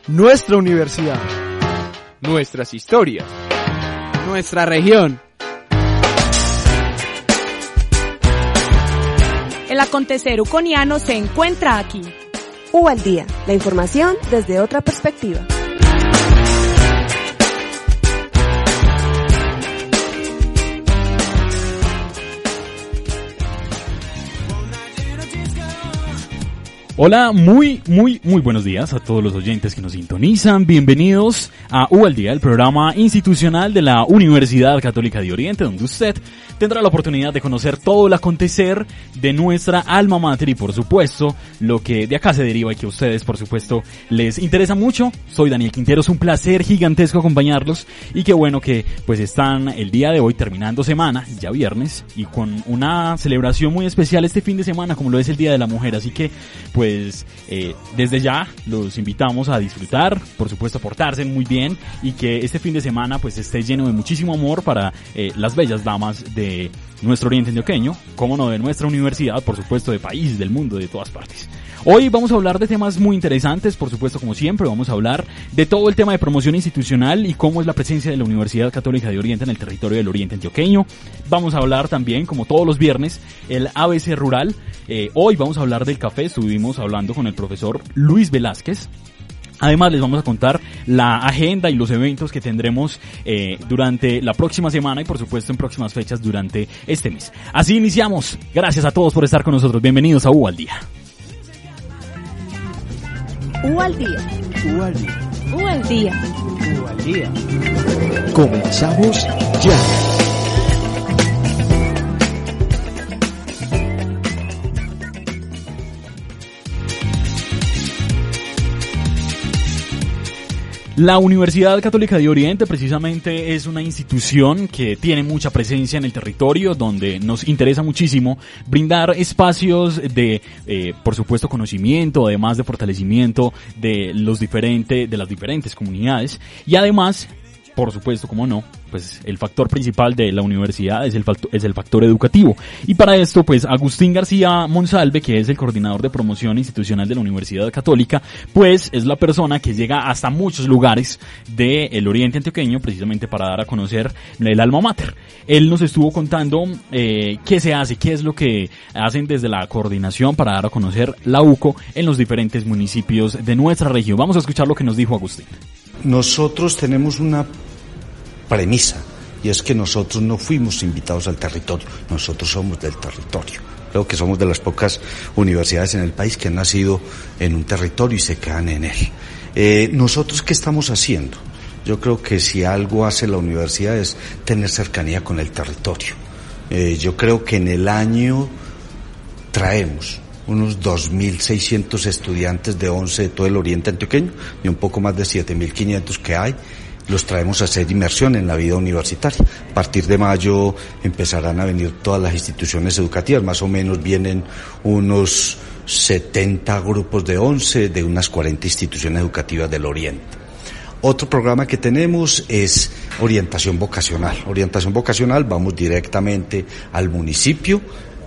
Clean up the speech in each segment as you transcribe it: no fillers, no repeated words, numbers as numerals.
nuestra universidad, nuestras historias, nuestra región. El acontecer uconiano se encuentra aquí. U al día, la información desde otra perspectiva. Hola, muy buenos días a todos los oyentes que nos sintonizan. Bienvenidos a U al Día, el programa institucional de la Universidad Católica de Oriente, donde usted tendrá la oportunidad de conocer todo el acontecer de nuestra alma mater y, por supuesto, lo que de acá se deriva y que a ustedes, por supuesto, les interesa mucho. Soy Daniel Quintero, es un placer gigantesco acompañarlos y qué bueno que pues están el día de hoy terminando semana, ya viernes, y con una celebración muy especial este fin de semana, como lo es el Día de la Mujer. Así que pues desde ya los invitamos a disfrutar, por supuesto a portarse muy bien y que este fin de semana pues esté lleno de muchísimo amor para las bellas damas de nuestro Oriente Antioqueño, como no de nuestra universidad, por supuesto de países, del mundo, de todas partes. Hoy vamos a hablar de temas muy interesantes, por supuesto como siempre, vamos a hablar de todo el tema de promoción institucional y cómo es la presencia de la Universidad Católica de Oriente en el territorio del Oriente Antioqueño. Vamos a hablar también, como todos los viernes, el ABC Rural. Hoy vamos a hablar del café, estuvimos hablando con el profesor Luis Velázquez. Además les vamos a contar la agenda y los eventos que tendremos durante la próxima semana y por supuesto en próximas fechas durante este mes. Así iniciamos. Gracias a todos por estar con nosotros. Bienvenidos a U al Día. U al Día. U al Día. U al Día. U al Día. Comenzamos ya. La Universidad Católica de Oriente precisamente es una institución que tiene mucha presencia en el territorio, donde nos interesa muchísimo brindar espacios de, por supuesto, conocimiento, además de fortalecimiento de las diferentes comunidades y además, por supuesto, como no, pues el factor principal de la universidad es el factor educativo. Y para esto, pues Agustín García Monsalve, que es el coordinador de promoción institucional de la Universidad Católica, pues es la persona que llega hasta muchos lugares del Oriente Antioqueño precisamente para dar a conocer el alma mater. Él nos estuvo contando qué se hace, qué es lo que hacen desde la coordinación para dar a conocer la UCO en los diferentes municipios de nuestra región. Vamos a escuchar lo que nos dijo Agustín. Nosotros tenemos una premisa, y es que nosotros no fuimos invitados al territorio, nosotros somos del territorio. Creo que somos de las pocas universidades en el país que han nacido en un territorio y se quedan en él. ¿Nosotros qué estamos haciendo? Yo creo que si algo hace la universidad es tener cercanía con el territorio. Yo creo que en el año traemos unos 2.600 estudiantes de 11 de todo el Oriente Antioqueño y un poco más de 7.500 que hay. Los traemos a hacer inmersión en la vida universitaria. A partir de mayo empezarán a venir todas las instituciones educativas, más o menos vienen unos 70 grupos de 11 de unas 40 instituciones educativas del Oriente. Otro programa que tenemos es orientación vocacional. Orientación vocacional, vamos directamente al municipio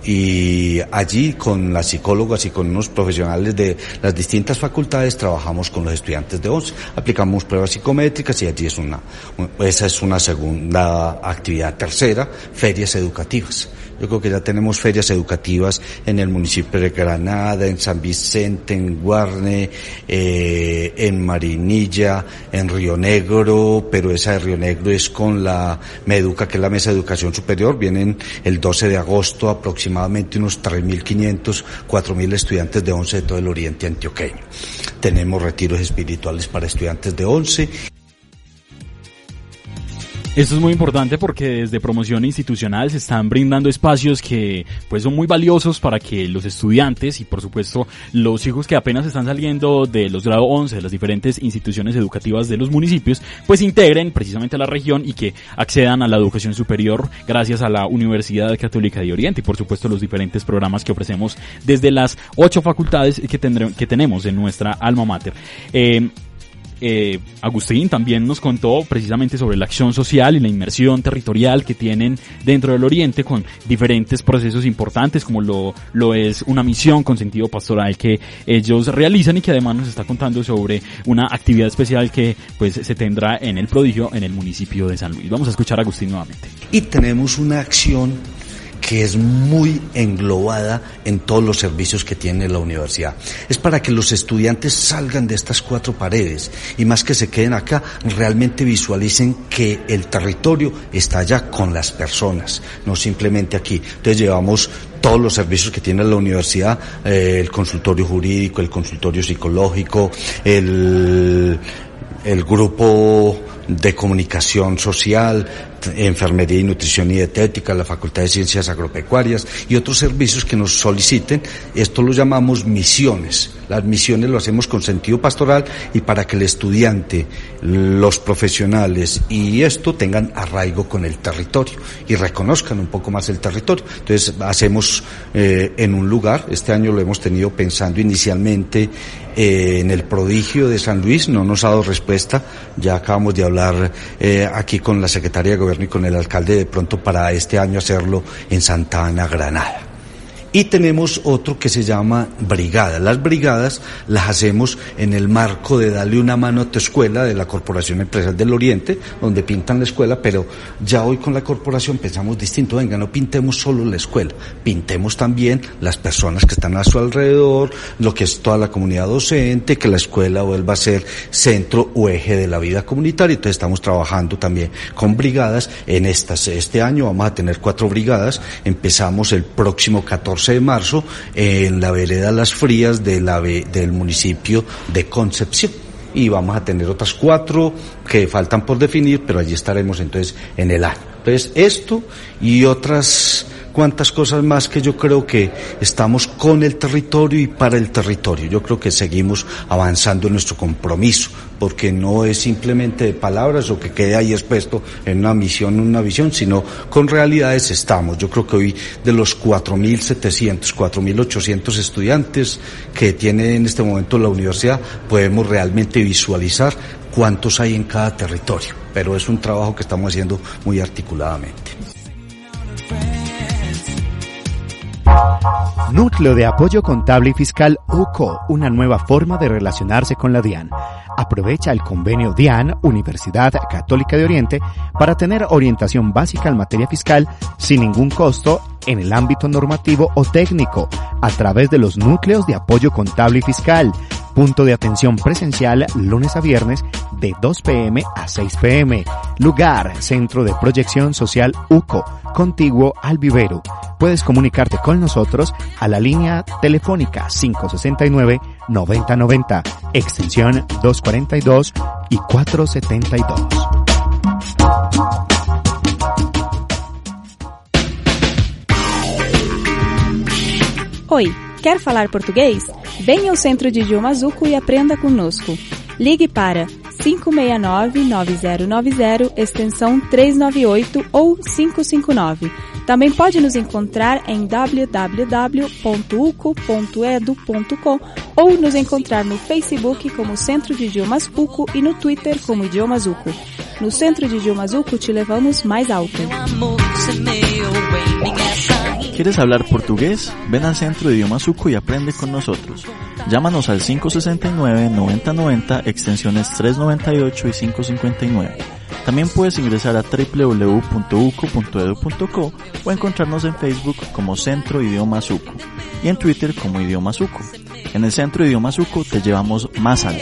y allí con las psicólogas y con unos profesionales de las distintas facultades trabajamos con los estudiantes de 11, aplicamos pruebas psicométricas y allí esa es una segunda actividad. Tercera, ferias educativas. Yo creo que ya tenemos ferias educativas en el municipio de Granada, en San Vicente, en Guarne, en Marinilla, en Río Negro, pero esa de Río Negro es con la MEDUCA, que es la Mesa de Educación Superior. Vienen el 12 de agosto aproximadamente unos 3.500, 4.000 estudiantes de 11 de todo el Oriente Antioqueño. Tenemos retiros espirituales para estudiantes de 11. Esto es muy importante porque desde promoción institucional se están brindando espacios que pues son muy valiosos para que los estudiantes y por supuesto los hijos que apenas están saliendo de los grados 11 de las diferentes instituciones educativas de los municipios pues integren precisamente a la región y que accedan a la educación superior gracias a la Universidad Católica de Oriente y por supuesto los diferentes programas que ofrecemos desde las 8 facultades que tenemos en nuestra alma mater. Agustín también nos contó precisamente sobre la acción social y la inmersión territorial que tienen dentro del Oriente con diferentes procesos importantes como lo es una misión con sentido pastoral que ellos realizan y que además nos está contando sobre una actividad especial que pues se tendrá en el Prodigio en el municipio de San Luis. Vamos a escuchar a Agustín nuevamente. Y tenemos una acción que es muy englobada en todos los servicios que tiene la universidad. Es para que los estudiantes salgan de estas cuatro paredes y más que se queden acá, realmente visualicen que el territorio está allá con las personas, no simplemente aquí. Entonces llevamos todos los servicios que tiene la universidad, el consultorio jurídico, el consultorio psicológico, el grupo de comunicación social, enfermería y nutrición y dietética, la Facultad de Ciencias Agropecuarias y otros servicios que nos soliciten. Esto lo llamamos misiones. Las misiones lo hacemos con sentido pastoral y para que el estudiante, los profesionales y esto tengan arraigo con el territorio y reconozcan un poco más el territorio. Entonces hacemos en un lugar, este año lo hemos tenido pensando inicialmente en el Prodigio de San Luis, no nos ha dado respuesta, ya acabamos de hablar aquí con la Secretaría de Gobierno y con el alcalde de pronto para este año hacerlo en Santa Ana, Granada. Y tenemos otro que se llama brigada. Las brigadas las hacemos en el marco de darle una mano a tu escuela de la Corporación Empresarial del Oriente, donde pintan la escuela, pero ya hoy con la corporación pensamos distinto. Venga, no pintemos solo la escuela, pintemos también las personas que están a su alrededor, lo que es toda la comunidad docente, que la escuela vuelva a ser centro o eje de la vida comunitaria. Entonces estamos trabajando también con brigadas en estas. Este año vamos a tener 4 brigadas. Empezamos el próximo 14 de marzo en la vereda Las Frías del municipio de Concepción y vamos a tener otras 4 que faltan por definir, pero allí estaremos entonces en el año. Entonces esto y otras cuantas cosas más que yo creo que estamos con el territorio y para el territorio. Yo creo que seguimos avanzando en nuestro compromiso, porque no es simplemente de palabras o que quede ahí expuesto en una misión, una visión, sino con realidades estamos. Yo creo que hoy de los 4.700, 4.800 estudiantes que tiene en este momento la universidad, podemos realmente visualizar cuántos hay en cada territorio, pero es un trabajo que estamos haciendo muy articuladamente. Núcleo de Apoyo Contable y Fiscal UCO, una nueva forma de relacionarse con la DIAN. Aprovecha el convenio DIAN, Universidad Católica de Oriente, para tener orientación básica en materia fiscal sin ningún costo en el ámbito normativo o técnico, a través de los núcleos de apoyo contable y fiscal. Punto de atención presencial lunes a viernes de 2 p.m. a 6 p.m. Lugar, Centro de Proyección Social UCO, contiguo al vivero. Puedes comunicarte con nosotros a la línea telefónica 569-9090, extensión 242 y 472. Oi, quer falar português? Venha ao Centro de Idiomas UCO e aprenda conosco. Ligue para 569-9090, extensão 398 ou 559. Também pode nos encontrar em www.uco.edu.com ou nos encontrar no Facebook como Centro de Idiomas UCO e no Twitter como Idiomas UCO. No Centro de Idiomas UCO te levamos mais alto. ¿Quieres hablar portugués? Ven al Centro de Idiomas UCO y aprende con nosotros. Llámanos al 569-9090, extensiones 398 y 559. También puedes ingresar a www.uco.edu.co o encontrarnos en Facebook como Centro Idiomas UCO y en Twitter como Idiomas UCO. En el Centro Idiomas UCO te llevamos más alto.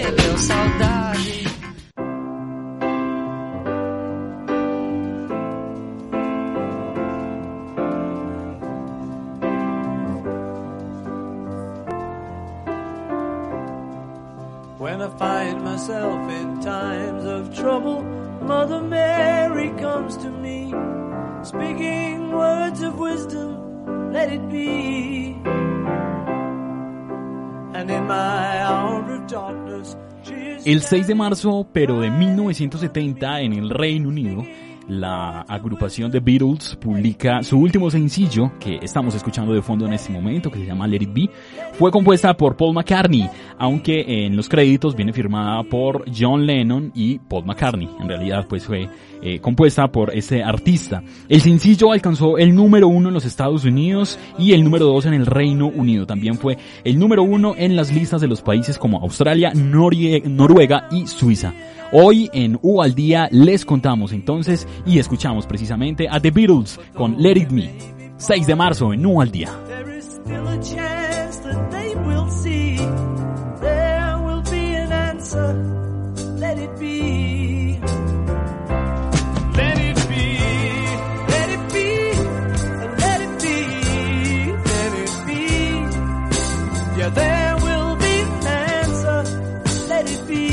When I find myself in times of trouble, Mother Mary comes to me, speaking words of wisdom, let it be. And in my hour of darkness, El 6 de marzo, pero de 1970, en el Reino Unido, la agrupación The Beatles publica su último sencillo, que estamos escuchando de fondo en este momento, que se llama Let It Be. Fue compuesta por Paul McCartney, aunque en los créditos viene firmada por John Lennon y Paul McCartney. En realidad, pues fue compuesta por este artista. El sencillo alcanzó el número 1 en los Estados Unidos y el número 2 en el Reino Unido. También fue el número 1 en las listas de los países como Australia, Noruega y Suiza. Hoy en U al Día les contamos entonces y escuchamos precisamente a The Beatles con Let It Be. 6 de marzo en U al Día. Let it be. There will be an answer. Let it be.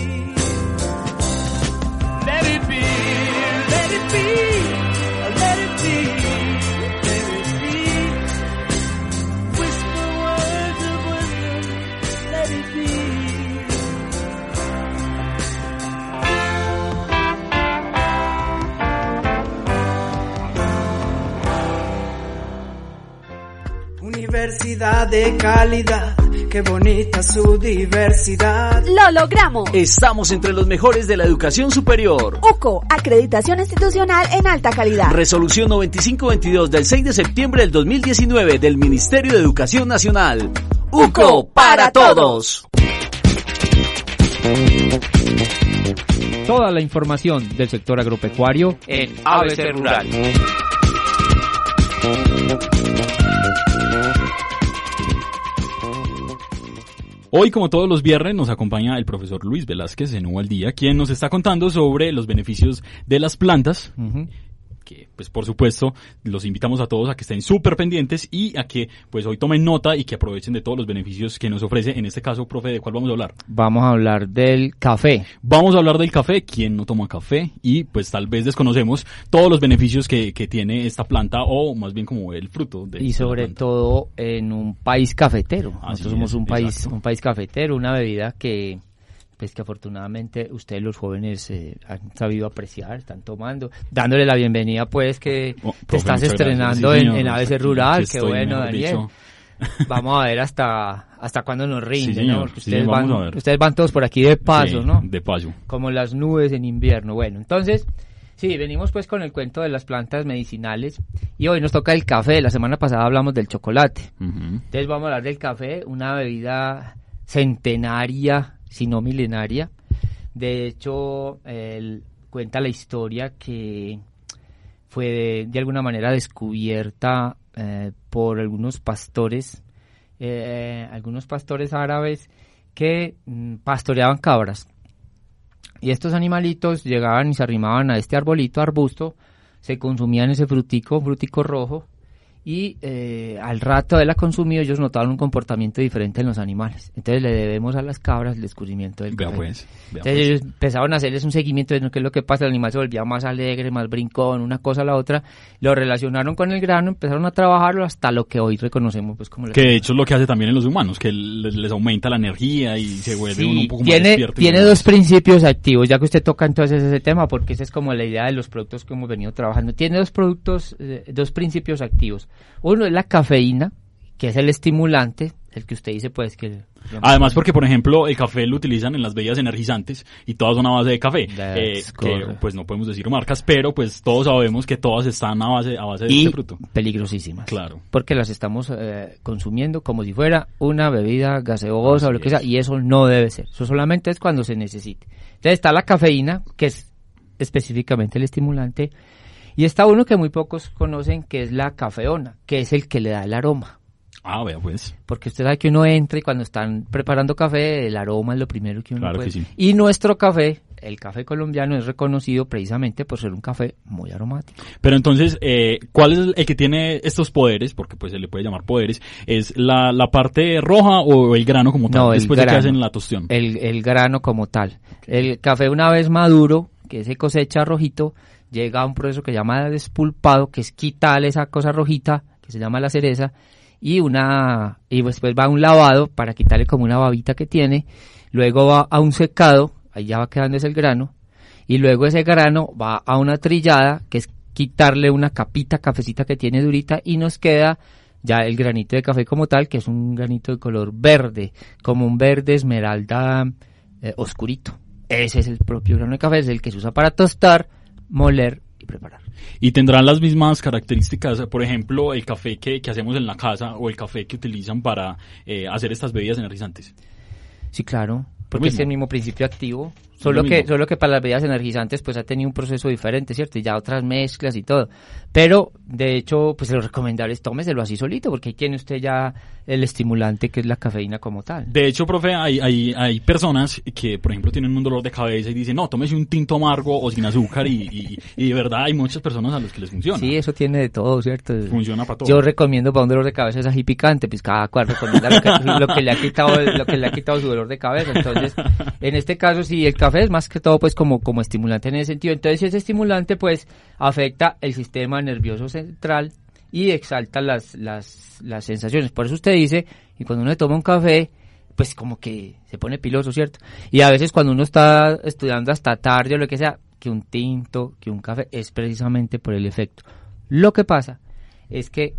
Let it be. Let it be. Let it be. Let it be. Whisper words of wisdom. Let it be. Universidad de calidad, qué bonita su diversidad. ¡Lo logramos! Estamos entre los mejores de la educación superior. UCO, acreditación institucional en alta calidad. Resolución 9522 del 6 de septiembre del 2019 del Ministerio de Educación Nacional. UCO para todos. Toda la información del sector agropecuario en ABC Rural. Hoy, como todos los viernes, nos acompaña el profesor Luis Velázquez en U al Día, quien nos está contando sobre los beneficios de las plantas. Que, pues, por supuesto, los invitamos a todos a que estén súper pendientes y a que, pues, hoy tomen nota y que aprovechen de todos los beneficios que nos ofrece. En este caso, profe, ¿de cuál vamos a hablar? Vamos a hablar del café. Vamos a hablar del café. ¿Quién no toma café? Y, pues, tal vez desconocemos todos los beneficios que tiene esta planta, o más bien como el fruto de y sobre todo en un país cafetero. Nosotros somos un país cafetero, una bebida que pues que afortunadamente ustedes los jóvenes han sabido apreciar, están tomando, dándole la bienvenida pues que te estás estrenando en ABC Rural, qué bueno, Daniel. Vamos a ver hasta cuándo nos rinde, ¿no? Porque ustedes van todos por aquí de paso, ¿no? De paso. Como las nubes en invierno. Bueno, entonces, sí, venimos pues con el cuento de las plantas medicinales y hoy nos toca el café. La semana pasada hablamos del chocolate. Entonces vamos a hablar del café, una bebida centenaria, si no milenaria. De hecho, cuenta la historia que fue de alguna manera descubierta por algunos pastores árabes que pastoreaban cabras. Y estos animalitos llegaban y se arrimaban a este arbusto, se consumían ese frutico rojo, y al rato de la consumido ellos notaron un comportamiento diferente en los animales. Entonces le debemos a las cabras el descubrimiento del café. Entonces ellos empezaron a hacerles un seguimiento de qué es lo que pasa, el animal se volvía más alegre, más brincón, una cosa a la otra, lo relacionaron con el grano, empezaron a trabajarlo hasta lo que hoy reconocemos pues como que de hecho es lo que hace también en los humanos, que les aumenta la energía y se vuelve uno un poco más despierto. Tiene dos principios activos, ya que usted toca entonces ese tema, porque esa es como la idea de los productos que hemos venido trabajando. Tiene dos principios activos. Uno es la cafeína, que es el estimulante, el que usted dice pues que... Además porque, por ejemplo, el café lo utilizan en las bebidas energizantes y todas son a base de café, que pues no podemos decir marcas, pero pues todos sabemos que todas están a base de este fruto. Peligrosísimas. Claro. Porque las estamos consumiendo como si fuera una bebida gaseosa o lo que sea, y eso no debe ser. Eso solamente es cuando se necesite. Entonces está la cafeína, que es específicamente el estimulante, y está uno que muy pocos conocen, que es la cafeona, que es el que le da el aroma. Ah, vea pues. Porque usted sabe que uno entra y cuando están preparando café, el aroma es lo primero que uno puede. Que sí. Y nuestro café, el café colombiano, es reconocido precisamente por ser un café muy aromático. Pero entonces, ¿cuál es el que tiene estos poderes? Porque pues se le puede llamar poderes. ¿Es la parte roja o el grano como tal? No, después de que hacen la tostión. El grano como tal. El café una vez maduro, que se cosecha rojito, llega a un proceso que se llama despulpado, que es quitarle esa cosa rojita, que se llama la cereza, y después va a un lavado para quitarle como una babita que tiene, luego va a un secado, ahí ya va quedando ese el grano, y luego ese grano va a una trillada, que es quitarle una capita cafecita que tiene durita, y nos queda ya el granito de café como tal, que es un granito de color verde, como un verde esmeralda oscurito. Ese es el propio grano de café, es el que se usa para tostar, moler y preparar. ¿Y tendrán las mismas características, por ejemplo, el café que hacemos en la casa o el café que utilizan para hacer estas bebidas energizantes? Sí, claro, porque es el mismo principio activo, solo que para las bebidas energizantes pues ha tenido un proceso diferente, ¿cierto? Y ya otras mezclas y todo. Pero, de hecho, pues lo recomendable es tómeselo así solito, porque ahí tiene usted ya el estimulante que es la cafeína como tal. De hecho, profe, hay personas que, por ejemplo, tienen un dolor de cabeza y dicen, no, tómese un tinto amargo o sin azúcar y de verdad hay muchas personas a los que les funciona. Sí, eso tiene de todo, ¿cierto? Funciona para todo. Yo recomiendo para un dolor de cabeza es ají picante, pues cada cual recomienda lo que le ha quitado su dolor de cabeza. Entonces, en este caso, sí, el café es más que todo pues como estimulante en ese sentido. Entonces, si ese estimulante pues afecta el sistema nervioso central y exalta las sensaciones. Por eso usted dice, y cuando uno toma un café, pues como que se pone piloso, ¿cierto? Y a veces cuando uno está estudiando hasta tarde o lo que sea, que un tinto, que un café, es precisamente por el efecto. Lo que pasa es que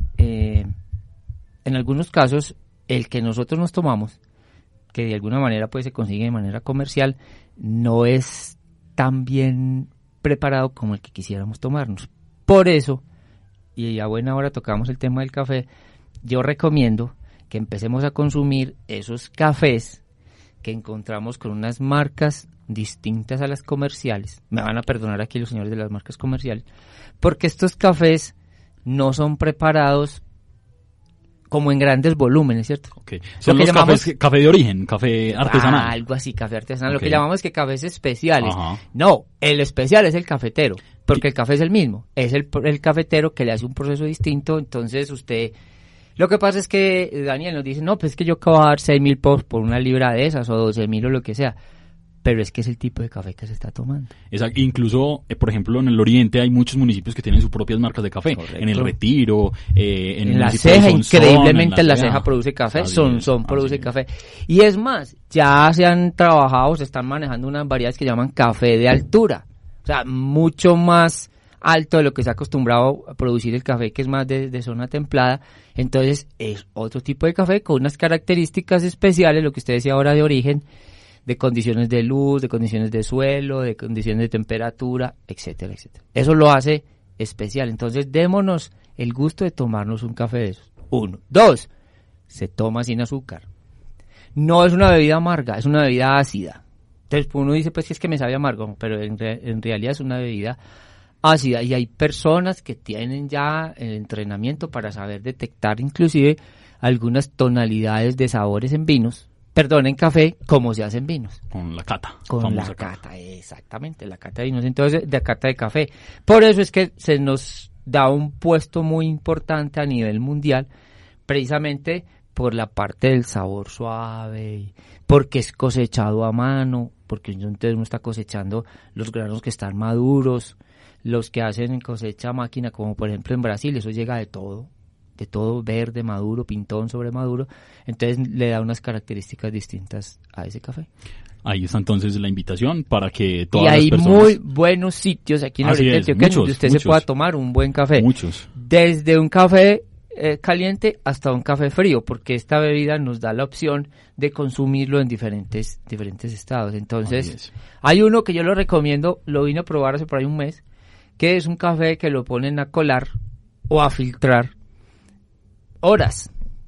en algunos casos el que nosotros nos tomamos, que de alguna manera pues se consigue de manera comercial, no es tan bien preparado como el que quisiéramos tomarnos. Por eso, y a buena hora tocamos el tema del café, yo recomiendo que empecemos a consumir esos cafés que encontramos con unas marcas distintas a las comerciales. Me van a perdonar aquí los señores de las marcas comerciales, porque estos cafés no son preparados como en grandes volúmenes, ¿cierto? Okay. Son los cafés, café de origen, café artesanal. Algo así, café artesanal. Okay. Lo que llamamos es que cafés especiales. Ajá. No, el especial es el cafetero, porque el café es el mismo. Es el cafetero que le hace un proceso distinto. Entonces usted... Lo que pasa es que Daniel nos dice, no, pues es que yo acabo de dar 6.000 pesos por una libra de esas, o 12.000 o lo que sea. Pero es que es el tipo de café que se está tomando. Exacto. Incluso, por ejemplo, en el oriente hay muchos municipios que tienen sus propias marcas de café. Correcto. En el Retiro, en La Ceja, increíblemente en La Ceja produce café, Son produce café. Y es más, ya se han trabajado, se están manejando unas variedades que llaman café de altura. O sea, mucho más alto de lo que se ha acostumbrado a producir el café, que es más de zona templada. Entonces, es otro tipo de café con unas características especiales, lo que usted decía ahora de origen, de condiciones de luz, de condiciones de suelo, de condiciones de temperatura, etcétera, etcétera. Eso lo hace especial. Entonces, démonos el gusto de tomarnos un café de esos. 1. 2. Se toma sin azúcar. No es una bebida amarga, es una bebida ácida. Entonces, uno dice, pues, que es que me sabe amargo, pero en realidad es una bebida ácida. Y hay personas que tienen ya el entrenamiento para saber detectar inclusive algunas tonalidades de sabores en vinos. Perdón, en café, como se hacen vinos. Con la cata. Con la cata, exactamente, la cata de vinos. Entonces, de cata de café. Por eso es que se nos da un puesto muy importante a nivel mundial, precisamente por la parte del sabor suave, porque es cosechado a mano, porque entonces uno está cosechando los granos que están maduros, los que hacen cosecha a máquina, como por ejemplo en Brasil, eso llega de todo verde, maduro, pintón sobre maduro, entonces le da unas características distintas a ese café. Ahí está entonces la invitación para que todas las personas... Y hay muy buenos sitios aquí en Oriente Antioquia donde usted se pueda tomar un buen café. Muchos. Desde un café caliente hasta un café frío, porque esta bebida nos da la opción de consumirlo en diferentes estados. Entonces, hay uno que yo lo recomiendo, lo vine a probar hace por ahí un mes, que es un café que lo ponen a colar o a filtrar horas.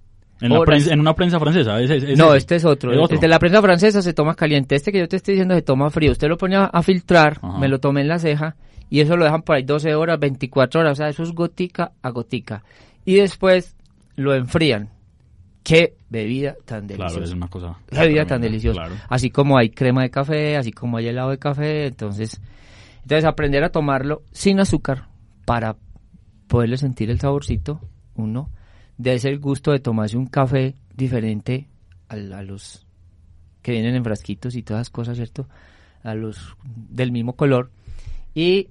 En una prensa francesa. No, este es otro. El de la prensa francesa se toma caliente. Este que yo te estoy diciendo se toma frío. Usted lo pone a filtrar, me lo tomé en La Ceja, y eso lo dejan por ahí 12 horas, 24 horas. O sea, eso es gotica a gotica. Y después lo enfrían. ¡Qué bebida tan deliciosa! Claro, es una cosa... ¡Qué bebida tan deliciosa! Claro. Así como hay crema de café, así como hay helado de café. Entonces aprender a tomarlo sin azúcar para poderle sentir el saborcito, uno... Dese el gusto de tomarse un café diferente a los que vienen en frasquitos y todas esas cosas, ¿cierto? A los del mismo color. Y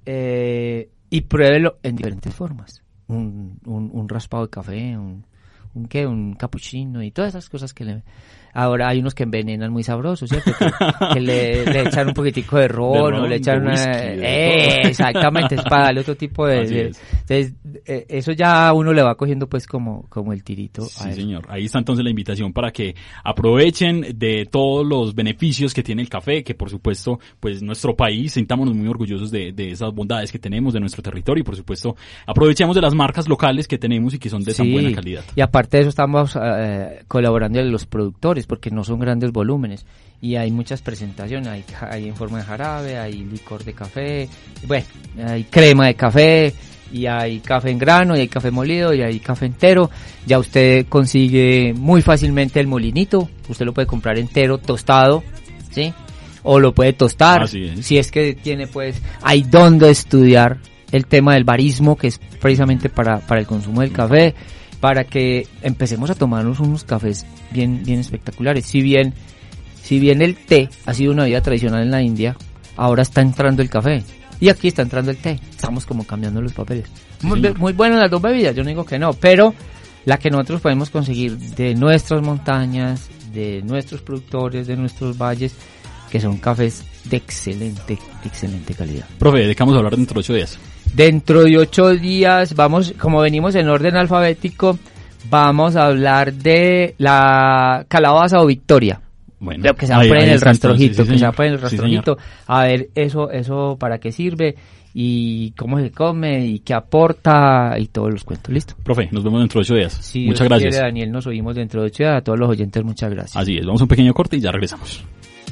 pruébelo en diferentes formas. Un raspado de café, un cappuccino y todas esas cosas que Ahora hay unos que envenenan muy sabrosos, ¿cierto? Que le echan un poquitico de ron, o le echan exactamente, es para darle otro tipo de eso ya uno le va cogiendo pues como el tirito. Sí, señor. Ahí está entonces la invitación para que aprovechen de todos los beneficios que tiene el café, que por supuesto, pues nuestro país, sintámonos muy orgullosos de esas bondades que tenemos, de nuestro territorio, y por supuesto, aprovechemos de las marcas locales que tenemos y que son de tan buena calidad. Y aparte de eso estamos colaborando en los productores, porque no son grandes volúmenes y hay muchas presentaciones, hay en forma de jarabe, hay licor de café, bueno, hay crema de café y hay café en grano y hay café molido y hay café entero. Ya usted consigue muy fácilmente el molinito, usted lo puede comprar entero, tostado, ¿sí? O lo puede tostar, si es que tiene pues, hay donde estudiar el tema del barismo, que es precisamente para el consumo del café, para que empecemos a tomarnos unos cafés bien espectaculares. Si bien el té ha sido una vida tradicional en la India, ahora está entrando el café. Y aquí está entrando el té. Estamos como cambiando los papeles. Muy buenas las dos bebidas, yo no digo que no, pero la que nosotros podemos conseguir de nuestras montañas, de nuestros productores, de nuestros valles, que son cafés de excelente calidad. Profe, ¿de qué vamos a hablar dentro de 8 días? Dentro de 8 días vamos, como venimos en orden alfabético, vamos a hablar de la calabaza o victoria. Bueno, lo que se va a poner en el rastrojito, a ver eso para qué sirve y cómo se come y qué aporta y todos los cuentos. ¿Listo? Profe, nos vemos dentro de 8 días. Si muchas Dios gracias. Quiere, Daniel, nos oímos dentro de 8 días. A todos los oyentes, muchas gracias. Así es, vamos a un pequeño corte y ya regresamos.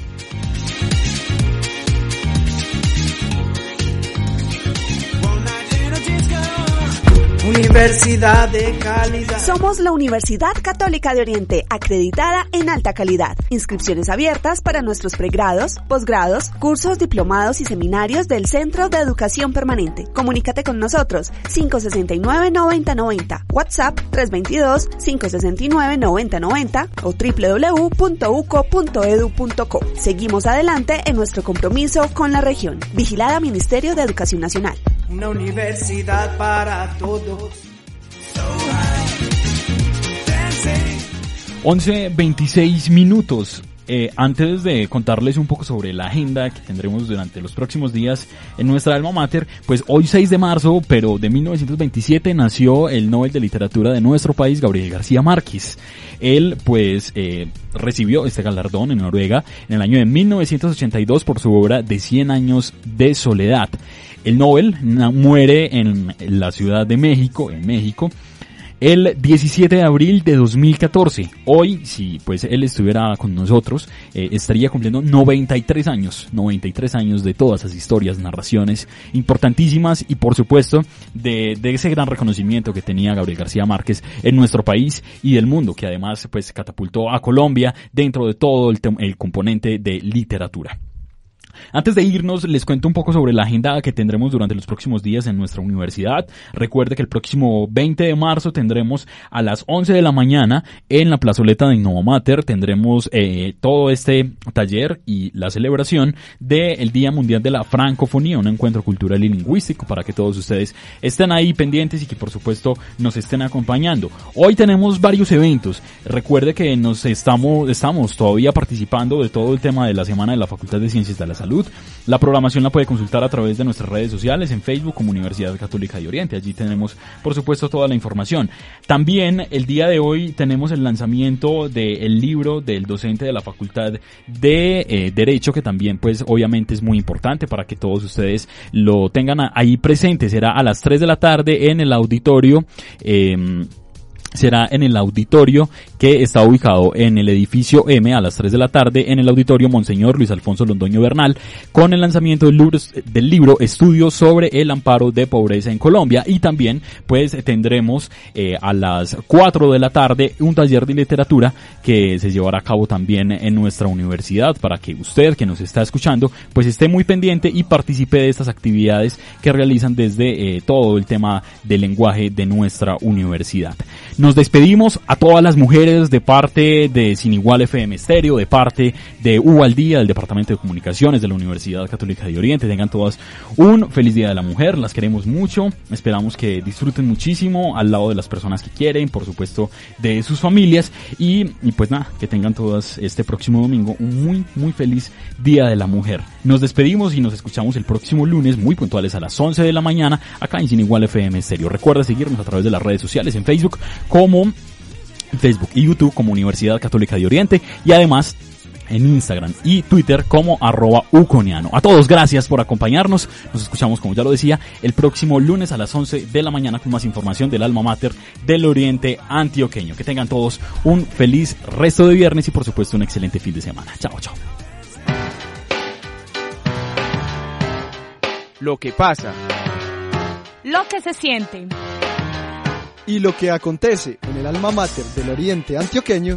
Universidad de calidad. Somos la Universidad Católica de Oriente, acreditada en alta calidad. Inscripciones abiertas para nuestros pregrados, posgrados, cursos, diplomados y seminarios del Centro de Educación Permanente. Comunícate con nosotros, 569-9090, WhatsApp 322-569-9090 o www.uco.edu.co. Seguimos adelante en nuestro compromiso con la región. Vigilada Ministerio de Educación Nacional. Una universidad para todos. 11:26 minutos. Antes de contarles un poco sobre la agenda que tendremos durante los próximos días en nuestra alma mater, pues hoy 6 de marzo, pero de 1927, nació el Nobel de Literatura de nuestro país, Gabriel García Márquez. Él, pues, recibió este galardón en Noruega en el año de 1982 por su obra de 100 años de soledad. El Nobel muere en la Ciudad de México, el 17 de abril de 2014. Hoy, si pues él estuviera con nosotros, estaría cumpliendo 93 años de todas esas historias, narraciones importantísimas y por supuesto de ese gran reconocimiento que tenía Gabriel García Márquez en nuestro país y del mundo, que además pues catapultó a Colombia dentro de todo el componente de literatura. Antes de irnos, les cuento un poco sobre la agenda que tendremos durante los próximos días en nuestra universidad. Recuerde que el próximo 20 de marzo tendremos a las 11 de la mañana en la plazoleta de Innova Mater, tendremos todo este taller y la celebración del Día Mundial de la Francofonía, un encuentro cultural y lingüístico para que todos ustedes estén ahí pendientes y que por supuesto nos estén acompañando. Hoy tenemos varios eventos. Recuerde que estamos todavía participando de todo el tema de la Semana de la Facultad de Ciencias de la Salud. La programación la puede consultar a través de nuestras redes sociales, en Facebook como Universidad Católica de Oriente. Allí tenemos, por supuesto, toda la información. También el día de hoy tenemos el lanzamiento del libro del docente de la Facultad de Derecho, que también, pues, obviamente es muy importante para que todos ustedes lo tengan ahí presente. Será a las 3 de la tarde en el auditorio. Será en el auditorio que está ubicado en el edificio M a las 3 de la tarde en el auditorio Monseñor Luis Alfonso Londoño Bernal, con el lanzamiento del libro Estudios sobre el amparo de pobreza en Colombia. Y también pues tendremos a las 4 de la tarde un taller de literatura que se llevará a cabo también en nuestra universidad, para que usted que nos está escuchando pues esté muy pendiente y participe de estas actividades que realizan desde todo el tema del lenguaje de nuestra universidad. Nos despedimos a todas las mujeres de parte de Sin Igual FM Estéreo, de parte de U al Día, del Departamento de Comunicaciones de la Universidad Católica de Oriente. Tengan todas un feliz Día de la Mujer, las queremos mucho, esperamos que disfruten muchísimo al lado de las personas que quieren, por supuesto de sus familias, y pues nada, que tengan todas este próximo domingo un muy muy feliz Día de la Mujer. Nos despedimos y nos escuchamos el próximo lunes muy puntuales a las 11 de la mañana acá en Sin Igual FM Estéreo. Recuerda seguirnos a través de las redes sociales en Facebook y YouTube como Universidad Católica de Oriente, y además en Instagram y Twitter como @uconiano. A todos, gracias por acompañarnos. Nos escuchamos, como ya lo decía, el próximo lunes a las 11 de la mañana con más información del alma mater del Oriente Antioqueño. Que tengan todos un feliz resto de viernes y por supuesto un excelente fin de semana. Chao, chao. Lo que pasa. Lo que se siente. Y lo que acontece en el alma mater del Oriente Antioqueño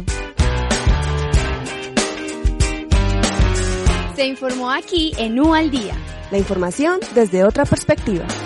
se informó aquí en U al Día. La información desde otra perspectiva.